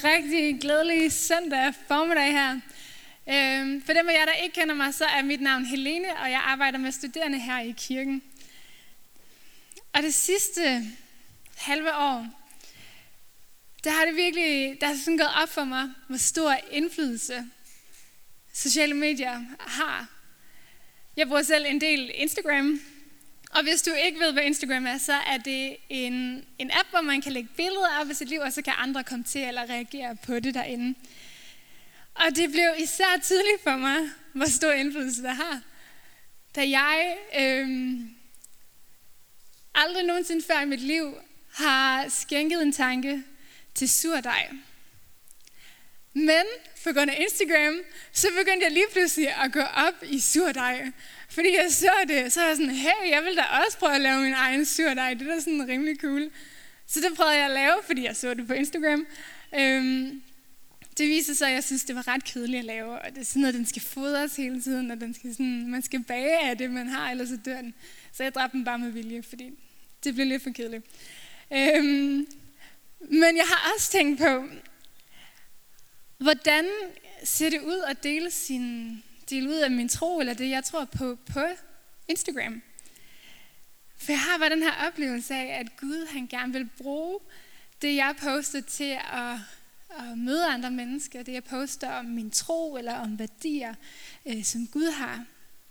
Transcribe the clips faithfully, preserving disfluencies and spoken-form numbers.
rigtig glædelig søndag formiddag her. Øhm, for dem af jer, der ikke kender mig, så er mit navn Helene, og jeg arbejder med studerende her i kirken. Og det sidste halve år, der har det virkelig, der er sådan gået op for mig, hvor stor indflydelse sociale medier har. Jeg bruger selv en del Instagram, og hvis du ikke ved, hvad Instagram er, så er det en, en app, hvor man kan lægge billeder op af sit liv, og så kan andre komme til eller reagere på det derinde. Og det blev især tydeligt for mig, hvor stor indflydelse det har. Da jeg øhm, aldrig nogensinde før i mit liv har skænket en tanke til surdej. Men på grund af Instagram, så begyndte jeg lige pludselig at gå op i surdej. Fordi jeg så det, så var jeg sådan, hey, jeg vil da også prøve at lave min egen surdej. Det er da sådan rimelig cool. Så det prøvede jeg at lave, fordi jeg så det på Instagram. Øhm, det viste sig, at jeg synes, det var ret kedeligt at lave. Og det er sådan noget, den skal fodres hele tiden, og den skal sådan, man skal bage af det, man har, ellers så dør den. Så jeg dræbte den bare med vilje, fordi det blev lidt for kedeligt. Øhm, men jeg har også tænkt på, hvordan ser det ud at dele, sin, dele ud af min tro, eller det, jeg tror på, på Instagram? For jeg har bare den her oplevelse af, at Gud han gerne vil bruge det, jeg poster til at, at møde andre mennesker. Det, jeg poster om min tro, eller om værdier, øh, som Gud har.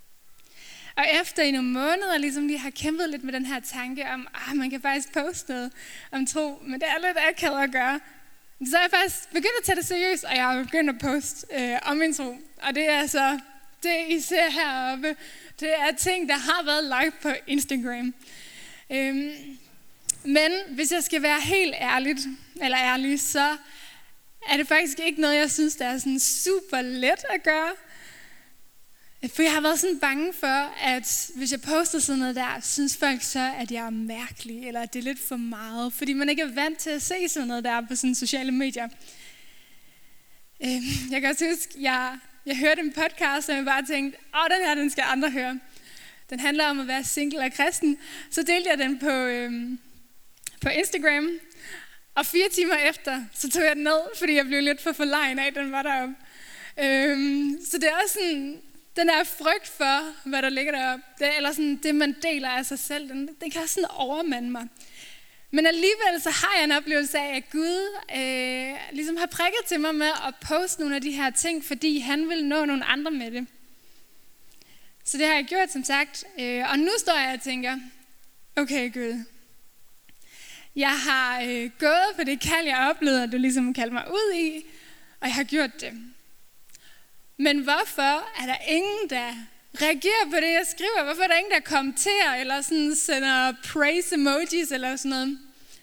Og efter i nogle måneder ligesom lige har kæmpet lidt med den her tanke om, at man kan faktisk poste noget om tro, men det er lidt akavet at gøre. Så er jeg faktisk begyndt at tage det seriøst, og jeg har begyndt at poste øh, om min tro. Og det er altså, det I ser heroppe, det er ting, der har været live på Instagram. Øhm, men hvis jeg skal være helt ærlig, eller ærlig, så er det faktisk ikke noget, jeg synes, der er sådan super let at gøre. For jeg har været sådan bange for, at hvis jeg poster sådan noget der, synes folk så, at jeg er mærkelig, eller at det er lidt for meget, fordi man ikke er vant til at se sådan noget der på sådan sociale medier. Jeg kan også huske, jeg, jeg hørte en podcast, og jeg bare tænkte, åh, den her, den skal andre høre. Den handler om at være single og kristen. Så delte jeg den på, øhm, på Instagram, og fire timer efter, så tog jeg den ned, fordi jeg blev lidt for forlegen af, at den var deroppe. Øhm, så det er også sådan, den der frygt for, hvad der ligger deroppe, det, eller sådan det, man deler af sig selv, den, den kan også sådan overmande mig. Men alligevel så har jeg en oplevelse af, at Gud øh, ligesom har prikket til mig med at poste nogle af de her ting, fordi han vil nå nogle andre med det. Så det har jeg gjort, som sagt. Øh, og nu står jeg og tænker, okay Gud, jeg har øh, gået på det kald, jeg oplevede, at du ligesom kaldte mig ud i, og jeg har gjort det. Men hvorfor er der ingen, der reagerer på det, jeg skriver? Hvorfor er der ingen, der kommenterer, eller sådan sender praise emojis, eller sådan noget?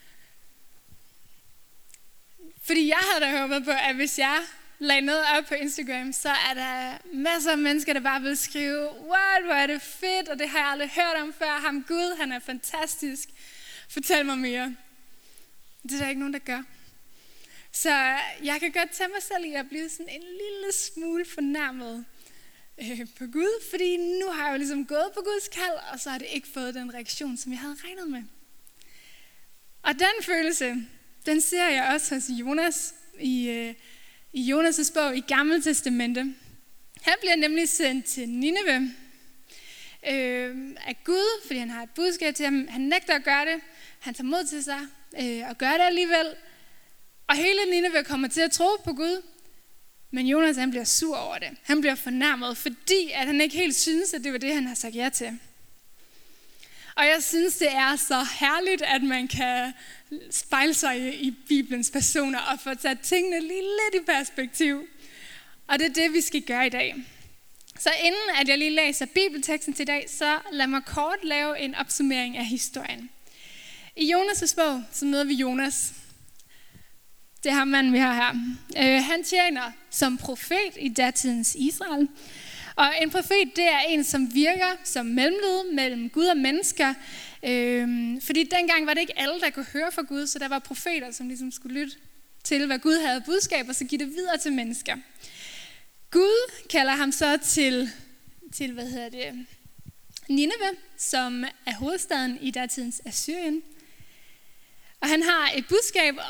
Fordi jeg havde da håbet på, at hvis jeg lagde noget op på Instagram, så er der masser af mennesker, der bare vil skrive, what, hvor er det fedt, og det har jeg aldrig hørt om før. Ham Gud, han er fantastisk. Fortæl mig mere. Det er der ikke nogen, der gør. Så jeg kan godt tage mig selv i at blive sådan en lille smule fornærmet øh, på Gud, fordi nu har jeg jo ligesom gået på Guds kald, og så har det ikke fået den reaktion, som jeg havde regnet med. Og den følelse, den ser jeg også hos Jonas i, øh, i Jonas' bog i Gamle Testamente. Han bliver nemlig sendt til Nineve øh, af Gud, fordi han har et budskab til ham. Han nægter at gøre det, han tager mod til sig øh, og gør det alligevel. Og hele Nineve kommer til at tro på Gud, men Jonas han bliver sur over det. Han bliver fornærmet, fordi at han ikke helt synes, at det var det, han har sagt ja til. Og jeg synes, det er så herligt, at man kan spejle sig i Bibelens personer og få taget tingene lige lidt i perspektiv. Og det er det, vi skal gøre i dag. Så inden at jeg lige læser bibelteksten til i dag, så lad mig kort lave en opsummering af historien. I Jonas' bog, så møder vi Jonas. Det er ham manden, vi har her. Øh, han tjener som profet i datidens Israel. Og en profet, det er en, som virker som mellemled mellem Gud og mennesker. Øh, fordi dengang var det ikke alle, der kunne høre fra Gud, så der var profeter, som ligesom skulle lytte til, hvad Gud havde budskab, og så give det videre til mennesker. Gud kalder ham så til, til hvad hedder det, Nineve, som er hovedstaden i datidens Assyrien. Og han har et budskab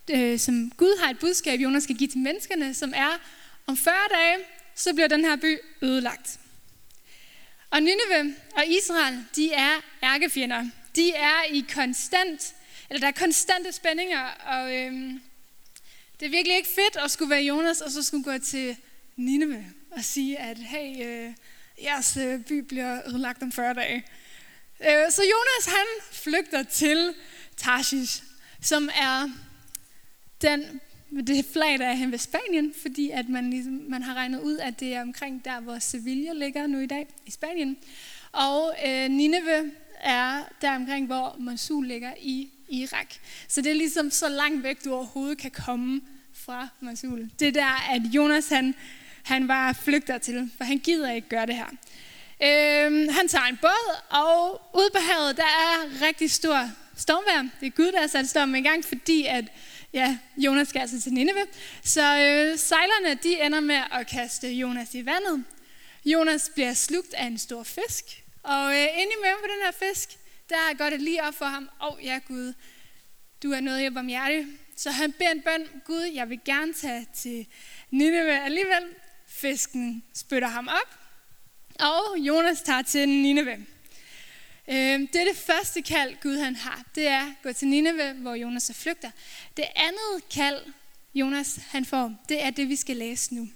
øh, som Gud har et budskab, Jonas skal give til menneskerne, som er, om fyrre dage, så bliver den her by ødelagt. Og Nineve og Israel, de er ærkefjender. De er i konstant, eller der er konstante spændinger, og øhm, det er virkelig ikke fedt at skulle være Jonas, og så skulle gå til Nineve og sige, at hey, øh, jeres øh, by bliver ødelagt om fyrre dage. Øh, så Jonas, han flygter til Tarshish, som er den, det flag, der er hen ved Spanien, fordi at man, ligesom, man har regnet ud, at det er omkring der, hvor Sevilla ligger nu i dag, i Spanien. Og øh, Nineve er der omkring, hvor Mosul ligger i Irak. Så det er ligesom så langt væk, du overhovedet kan komme fra Mosul. Det er der, at Jonas han, han bare flygter til, for han gider ikke gøre det her. Øhm, han tager en båd, og ude på havet, der er rigtig stor stormvejr. Det er Gud, der har sat stormen i gang, fordi at ja, Jonas skal altså til Nineve. Så øh, sejlerne, de ender med at kaste Jonas i vandet. Jonas bliver slugt af en stor fisk, og øh, inde i maven på den her fisk, der går det lige op for ham. Åh oh, ja Gud, du er noget, jeg barmhjertig. Så han beder en bøn. Gud, jeg vil gerne tage til Nineve alligevel. Fisken spytter ham op, og Jonas tager til Nineve. Det er det første kald, Gud han har. Det er at gå til Nineve, hvor Jonas er flygter. Det andet kald, Jonas han får, det er det, vi skal læse nu.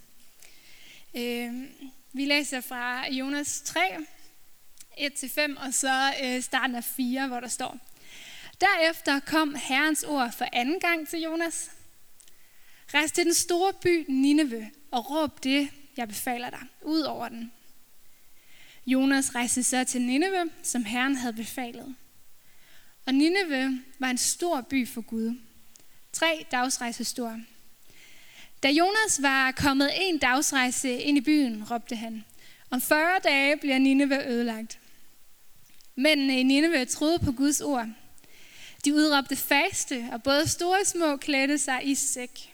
Vi læser fra Jonas tre, et til fem, og så starten af fire, hvor der står: Derefter kom Herrens ord for anden gang til Jonas. Rejs til den store by Nineve og råb det, jeg befaler dig, ud over den. Jonas rejste så til Nineve, som Herren havde befalet. Og Nineve var en stor by for Gud. Tre dagsrejser stor. Da Jonas var kommet en dagsrejse ind i byen, råbte han: Om fyrre dage bliver Nineve ødelagt. Mændene i Nineve troede på Guds ord. De udråbte faste, og både store og små klædte sig i sæk.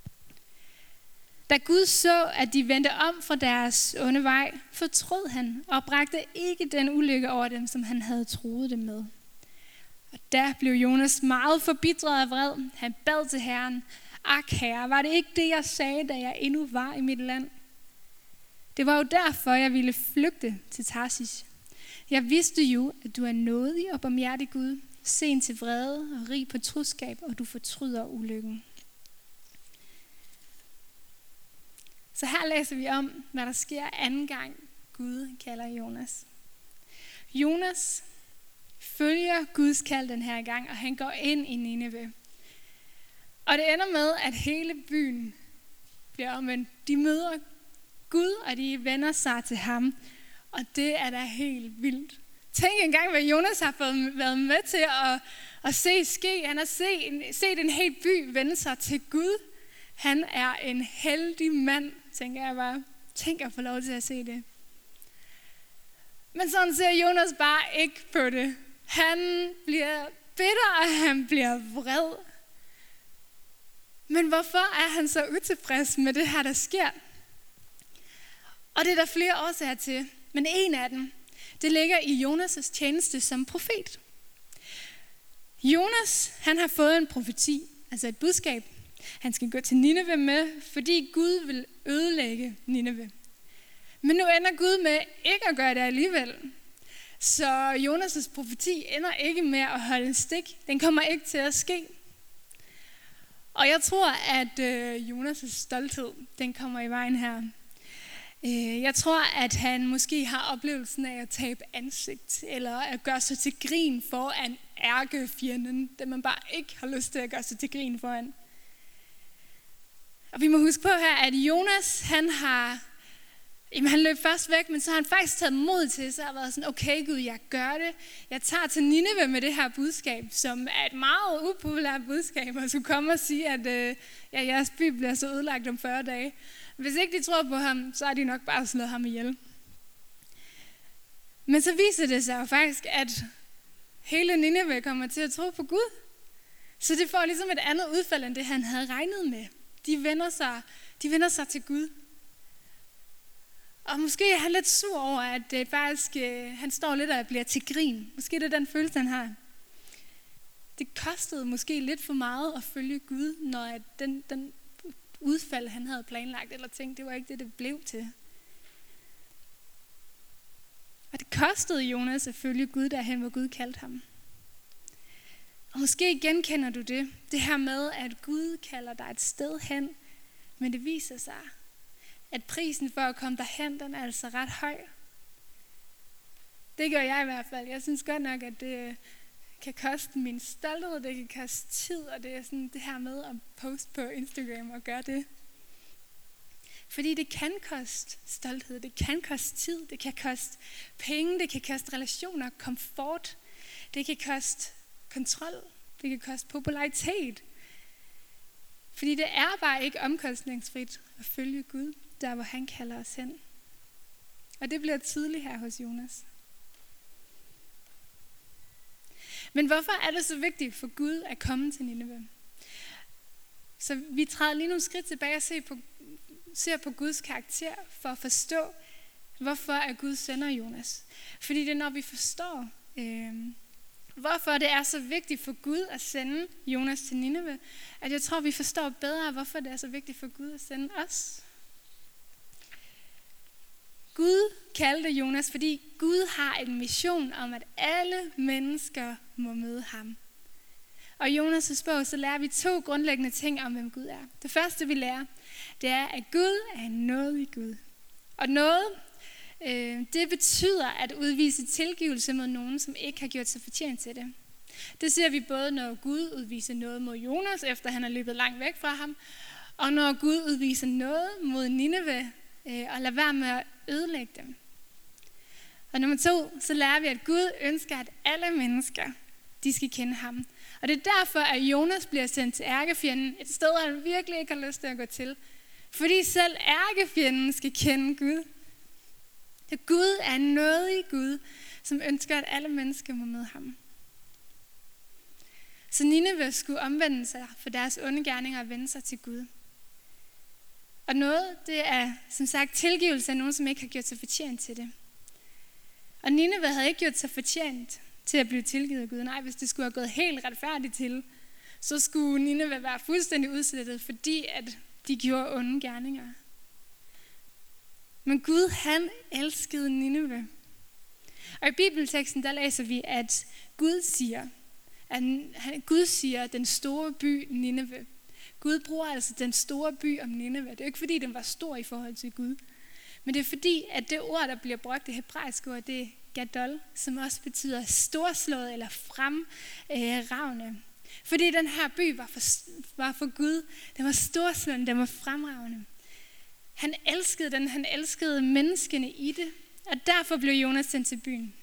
Da Gud så, at de vendte om fra deres onde vej, fortrød han og bragte ikke den ulykke over dem, som han havde troet dem med. Og der blev Jonas meget forbitret og vred. Han bad til Herren: Ak Herre, var det ikke det, jeg sagde, da jeg endnu var i mit land? Det var jo derfor, jeg ville flygte til Tarsis. Jeg vidste jo, at du er nådig og barmhjertig Gud, sen til vrede og rig på troskab, og du fortryder ulykken. Så her læser vi om, hvad der sker anden gang, Gud kalder Jonas. Jonas følger Guds kald den her gang, og han går ind i Nineve. Og det ender med, at hele byen bliver omvendt. De møder Gud, og de vender sig til ham. Og det er da helt vildt. Tænk engang, hvad Jonas har fået været med til at, at se ske. Han har set, set en hel by vende sig til Gud. Han er en heldig mand, tænker jeg bare. Tænk at få lov til at se det. Men sådan ser Jonas bare ikke på det. Han bliver bitter, og han bliver vred. Men hvorfor er han så utilfreds med det her, der sker? Og det er der flere årsager til. Men en af dem, det ligger i Jonas' tjeneste som profet. Jonas, han har fået en profeti, altså et budskab. Han skal gå til Nineve med, fordi Gud vil ødelægge Nineve. Men nu ender Gud med ikke at gøre det alligevel. Så Jonas' profeti ender ikke med at holde stik. Den kommer ikke til at ske. Og jeg tror, at øh, Jonas' stolthed, den kommer i vejen her. Øh, jeg tror, at han måske har oplevelsen af at tabe ansigt, eller at gøre sig til grin foran ærkefjenden, det man bare ikke har lyst til at gøre sig til grin foran. Og vi må huske på her, at Jonas, han har, jamen han løb først væk, men så har han faktisk taget mod til, så har været sådan, okay Gud, jeg gør det. Jeg tager til Nineve med det her budskab, som er et meget upopulært budskab, og skulle komme og sige, at øh, ja, jeres by bliver så ødelagt om fyrre dage. Hvis ikke de tror på ham, så har de nok bare slået ham ihjel. Men så viser det sig jo faktisk, at hele Nineve kommer til at tro på Gud. Så det får ligesom et andet udfald, end det han havde regnet med. De vender sig, de vender sig til Gud. Og måske er han lidt sur over, at det faktisk, han står lidt og bliver til grin. Måske det er den følelse, han har. Det kostede måske lidt for meget at følge Gud, når at den, den udfald, han havde planlagt eller tænkt, det var ikke det, det blev til. Og det kostede Jonas at følge Gud derhen, hvor Gud kaldte ham. Og måske genkender du det, det her med, at Gud kalder dig et sted hen, men det viser sig, at prisen for at komme derhen, den er altså ret høj. Det gør jeg i hvert fald. Jeg synes godt nok, at det kan koste min stolthed, det kan koste tid, og det er sådan det her med at poste på Instagram og gøre det. Fordi det kan koste stolthed, det kan koste tid, det kan koste penge, det kan koste relationer, komfort, det kan koste kontrol, det kan koste popularitet. Fordi det er bare ikke omkostningsfrit at følge Gud, der hvor han kalder os hen. Og det bliver tydeligt her hos Jonas. Men hvorfor er det så vigtigt for Gud at komme til Nineve? Så vi træder lige nogle skridt tilbage og ser på, ser på Guds karakter for at forstå, hvorfor at Gud sender Jonas. Fordi det er, når vi forstår, øh, hvorfor det er så vigtigt for Gud at sende Jonas til Nineve, at jeg tror, vi forstår bedre, hvorfor det er så vigtigt for Gud at sende os. Gud kaldte Jonas, fordi Gud har en mission om, at alle mennesker må møde ham. Og i Jonas' bog, så lærer vi to grundlæggende ting om, hvem Gud er. Det første, vi lærer, det er, at Gud er en nådig Gud. Og noget, øh, det betyder at udvise tilgivelse mod nogen, som ikke har gjort sig fortjent til det. Det ser vi både, når Gud udviser noget mod Jonas, efter han er løbet langt væk fra ham, og når Gud udviser noget mod Nineve, øh, og lader være med at ødelægge dem. Og nummer to, så lærer vi, at Gud ønsker, at alle mennesker, de skal kende ham. Og det er derfor, at Jonas bliver sendt til ærkefjenden, et sted, han virkelig ikke har lyst til at gå til. Fordi selv ærkefjenden skal kende Gud. Så Gud er en nådig Gud, som ønsker, at alle mennesker må møde ham. Så Nineve skulle omvende sig for deres onde gerninger og vende sig til Gud. Og noget, det er som sagt tilgivelse af nogen, som ikke har gjort sig fortjent til det. Og Nineve havde ikke gjort sig fortjent til at blive tilgivet af Gud. Nej, hvis det skulle have gået helt retfærdigt til, så skulle Nineve være fuldstændig udslettet, fordi at de gjorde onde gerninger. Men Gud, han elskede Nineve. Og i bibelteksten, der læser vi, at Gud siger, at Gud siger, den store by Nineve. Gud bruger altså den store by om Nineve. Det er ikke fordi, den var stor i forhold til Gud. Men det er fordi, at det ord, der bliver brugt, det hebraiske ord, det er gadol, som også betyder storslået eller fremragende. Øh, fordi den her by var for, var for Gud. Den var storslået, den var fremragende. Han elskede den, han elskede menneskene i det. Og derfor blev Jonas sendt til byen.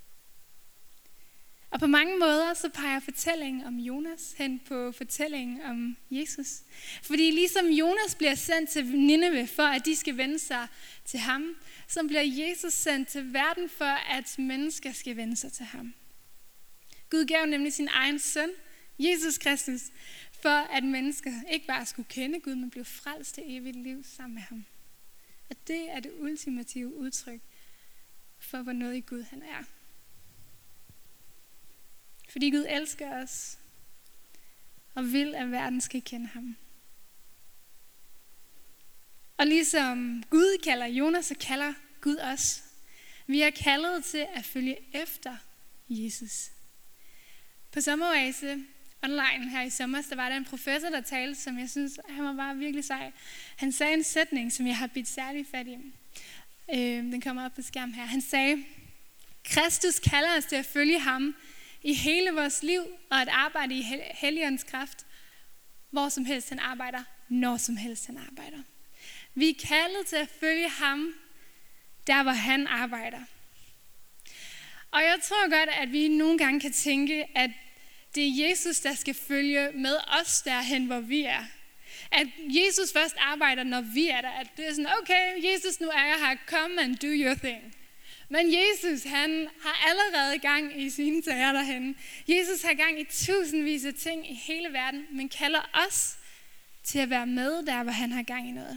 Og på mange måder så peger fortællingen om Jonas hen på fortællingen om Jesus. Fordi ligesom Jonas bliver sendt til Nineve for, at de skal vende sig til ham, så bliver Jesus sendt til verden for, at mennesker skal vende sig til ham. Gud gav nemlig sin egen søn, Jesus Kristus, for at mennesker ikke bare skulle kende Gud, men blive frelst til evigt liv sammen med ham. Og det er det ultimative udtryk for, hvor noget i Gud han er. Fordi Gud elsker os, og vil, at verden skal kende ham. Og ligesom Gud kalder Jonas, så kalder Gud os. Vi er kaldet til at følge efter Jesus. På sommeroase online her i sommer, der var der en professor, der talte, som jeg synes, han var bare virkelig sej. Han sagde en sætning, som jeg har bidt særlig fat i. Øh, den kommer op på skærmen her. Han sagde, Kristus kalder os til at følge ham i hele vores liv, og at arbejde i Helligåndens kraft, hvor som helst han arbejder, når som helst han arbejder. Vi er kaldet til at følge ham, der hvor han arbejder. Og jeg tror godt, at vi nogle gange kan tænke, at det er Jesus, der skal følge med os derhen, hvor vi er. At Jesus først arbejder, når vi er der. At det er sådan, okay, Jesus, nu er jeg her, come and do your thing. Men Jesus, han har allerede gang i sine sager derhen. Jesus har gang i tusindvis af ting i hele verden, men kalder os til at være med der, hvor han har gang i noget.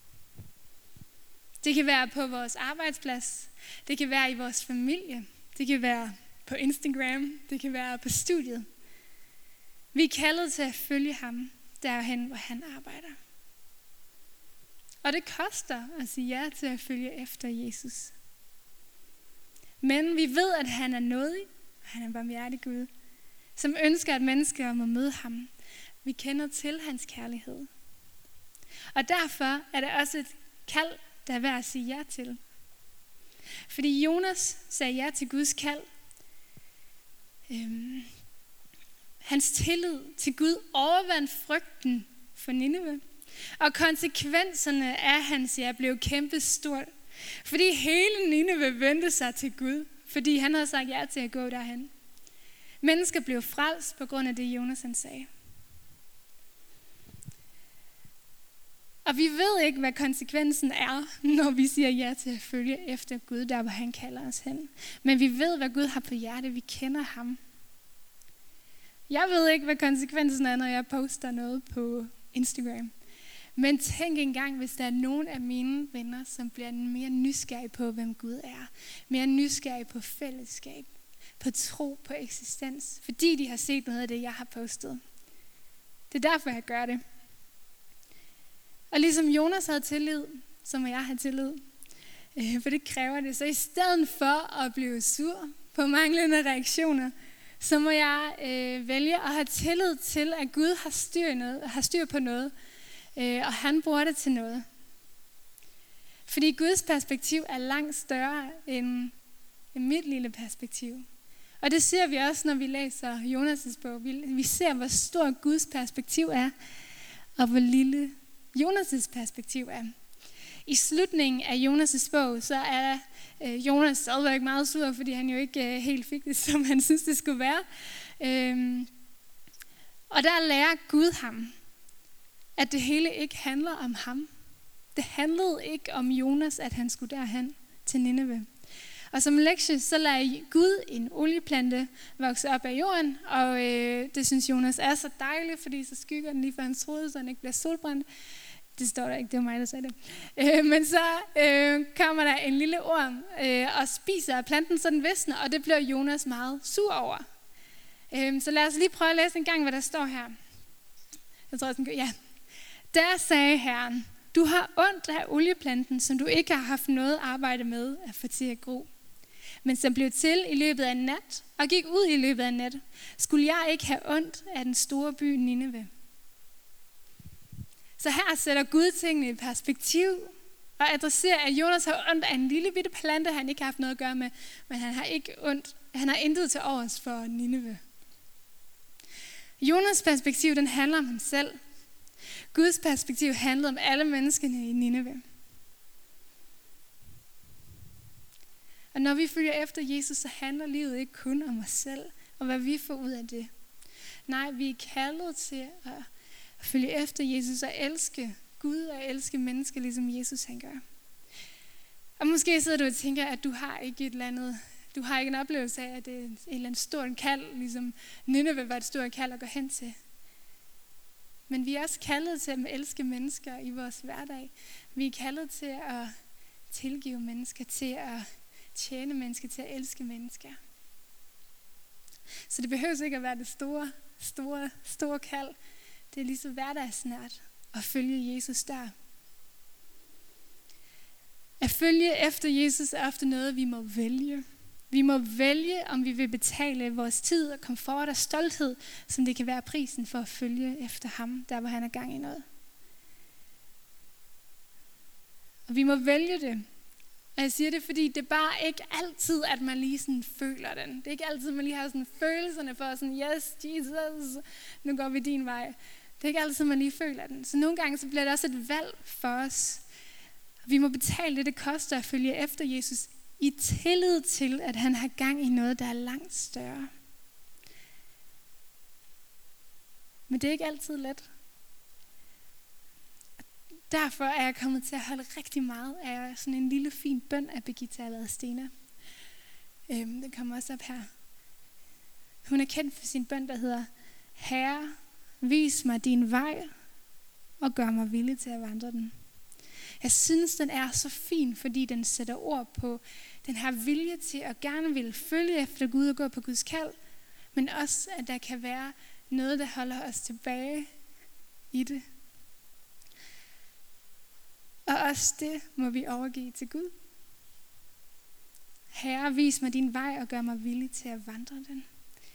Det kan være på vores arbejdsplads, det kan være i vores familie, det kan være på Instagram, det kan være på studiet. Vi er kaldet til at følge ham derhen, hvor han arbejder. Og det koster at sige ja til at følge efter Jesus. Men vi ved, at han er nådig, og han er en barmhjertig Gud, som ønsker, at mennesker må møde ham. Vi kender til hans kærlighed. Og derfor er det også et kald, der er værd at sige ja til. Fordi Jonas sagde ja til Guds kald. Øhm, hans tillid til Gud overvandt frygten for Nineve. Og konsekvenserne af hans ja blev kæmpestort. Fordi hele Nineve vendte sig til Gud, fordi han havde sagt ja til at gå derhen. Mennesker blev frelst på grund af det, Jonas han sagde. Og vi ved ikke, hvad konsekvensen er, når vi siger ja til at følge efter Gud, der hvor han kalder os hen. Men vi ved, hvad Gud har på hjerte. Vi kender ham. Jeg ved ikke, hvad konsekvensen er, når jeg poster noget på Instagram. Men tænk engang, hvis der er nogen af mine venner, som bliver mere nysgerrige på, hvem Gud er. Mere nysgerrige på fællesskab, på tro, på eksistens. Fordi de har set noget af det, jeg har postet. Det er derfor, jeg gør det. Og ligesom Jonas havde tillid, så må jeg have tillid. For det kræver det. Så i stedet for at blive sur på manglende reaktioner, så må jeg øh, vælge at have tillid til, at Gud har styr, noget, har styr på noget. Øh, og han bruger det til noget. Fordi Guds perspektiv er langt større end, end mit lille perspektiv. Og det ser vi også, når vi læser Jonas' bog. Vi, vi ser, hvor stor Guds perspektiv er, og hvor lille Jonas' perspektiv er. I slutningen af Jonas' bog, så er øh, Jonas stadigvæk meget sur, fordi han jo ikke øh, helt fik det, som han synes, det skulle være. Øhm, og der lærer Gud ham, at det hele ikke handler om ham. Det handlede ikke om Jonas, at han skulle derhen til Nineve. Og som lektie, så lader Gud en olieplante vokse op af jorden, og øh, det synes Jonas er så dejligt, fordi så skygger den lige for hans hoved, så han ikke bliver solbrændt. Det står der ikke, det var mig, der sagde det. Øh, men så øh, kommer der en lille orm øh, og spiser af planten, så den visner, og det bliver Jonas meget sur over. Øh, så lad os lige prøve at læse en gang, hvad der står her. Jeg tror, sådan, ja. Der sagde Herren, du har ondt af olieplanten, som du ikke har haft noget arbejde med at få til at gro. Men som blev til i løbet af en nat, og gik ud i løbet af en nat, skulle jeg ikke have ondt af den store by Nineve. Så her sætter Gud tingene i perspektiv, og adresserer, at Jonas har ondt af en lille bitte plante, han ikke har haft noget at gøre med, men han har ikke ondt, han har intet til overs for Nineve. Jonas' perspektiv, den handler om ham selv. Guds perspektiv handlede om alle menneskene i Nineve. Og når vi følger efter Jesus, så handler livet ikke kun om os selv, og hvad vi får ud af det. Nej, vi er kaldet til at følge efter Jesus og elske Gud og elske mennesker, ligesom Jesus han gør. Og måske sidder du og tænker, at du har ikke et eller andet, du har ikke en oplevelse af, at det er et eller andet stort kald, ligesom Nineve var et stort kald at gå hen til. Men vi er også kaldet til at elske mennesker i vores hverdag. Vi er kaldet til at tilgive mennesker, til at tjene mennesker, til at elske mennesker. Så det behøver ikke at være det store, store, store kald. Det er lige så hverdagsnært at følge Jesus der. At følge efter Jesus er ofte noget, vi må vælge. Vi må vælge, om vi vil betale vores tid og komfort og stolthed, som det kan være prisen for at følge efter ham, der hvor han er gang i noget. Og vi må vælge det. Og jeg siger det, fordi det er bare ikke altid, at man lige sådan føler den. Det er ikke altid, at man lige har sådan følelserne for sådan, yes, Jesus, nu går vi din vej. Det er ikke altid, at man lige føler den. Så nogle gange så bliver det også et valg for os. Vi må betale det, det koster at følge efter Jesus, i tillid til, at han har gang i noget, der er langt større. Men det er ikke altid let. Derfor er jeg kommet til at holde rigtig meget af sådan en lille fin bøn af Birgitta Adler-Stena. Øhm, den kommer også op her. Hun er kendt for sin bøn, der hedder: Herre, vis mig din vej, og gør mig villig til at vandre den. Jeg synes, den er så fin, fordi den sætter ord på den her vilje til at gerne ville følge efter Gud og gå på Guds kald, men også, at der kan være noget, der holder os tilbage i det. Og også det må vi overgive til Gud. Herre, vis mig din vej og gør mig villig til at vandre den.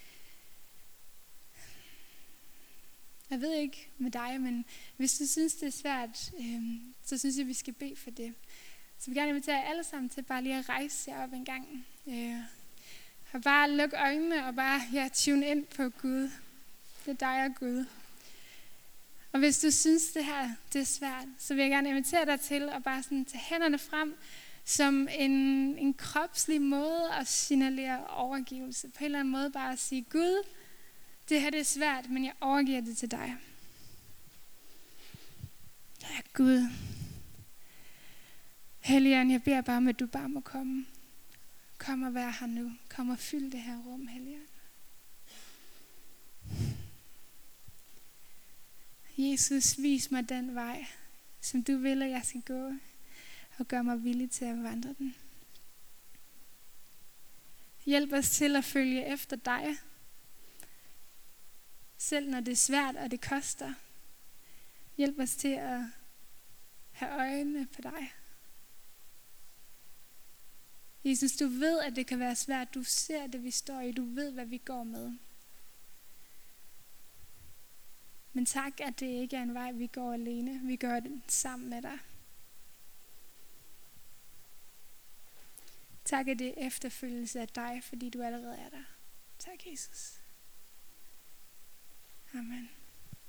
Jeg ved ikke med dig, men hvis du synes, det er svært, øh, så synes jeg, vi skal bede for det. Så vi vil gerne invitere jer alle sammen til bare lige at rejse jer op en gang. Øh, og bare lukke øjnene og bare ja, tune ind på Gud. Det er dig og Gud. Og hvis du synes, det her det er svært, så vil jeg gerne invitere dig til at bare sådan tage hænderne frem som en, en kropslig måde at signalere overgivelse. På en eller anden måde bare at sige, Gud, det her det er svært, men jeg overgiver det til dig. Ja, Gud. Helligånd, jeg beder bare om, at du bare må komme. Kom og vær her nu. Kom og fyld det her rum, Helligånd. Jesus, vis mig den vej, som du vil, at jeg skal gå, og gør mig villig til at vandre den. Hjælp os til at følge efter dig, selv når det er svært, og det koster. Hjælp os til at have øjnene på dig. Jesus, du ved, at det kan være svært. Du ser det, vi står i. Du ved, hvad vi går med. Men tak, at det ikke er en vej, vi går alene. Vi går den sammen med dig. Tak, at det er efterfølgelse af dig, fordi du allerede er der. Tak, Jesus. Amen.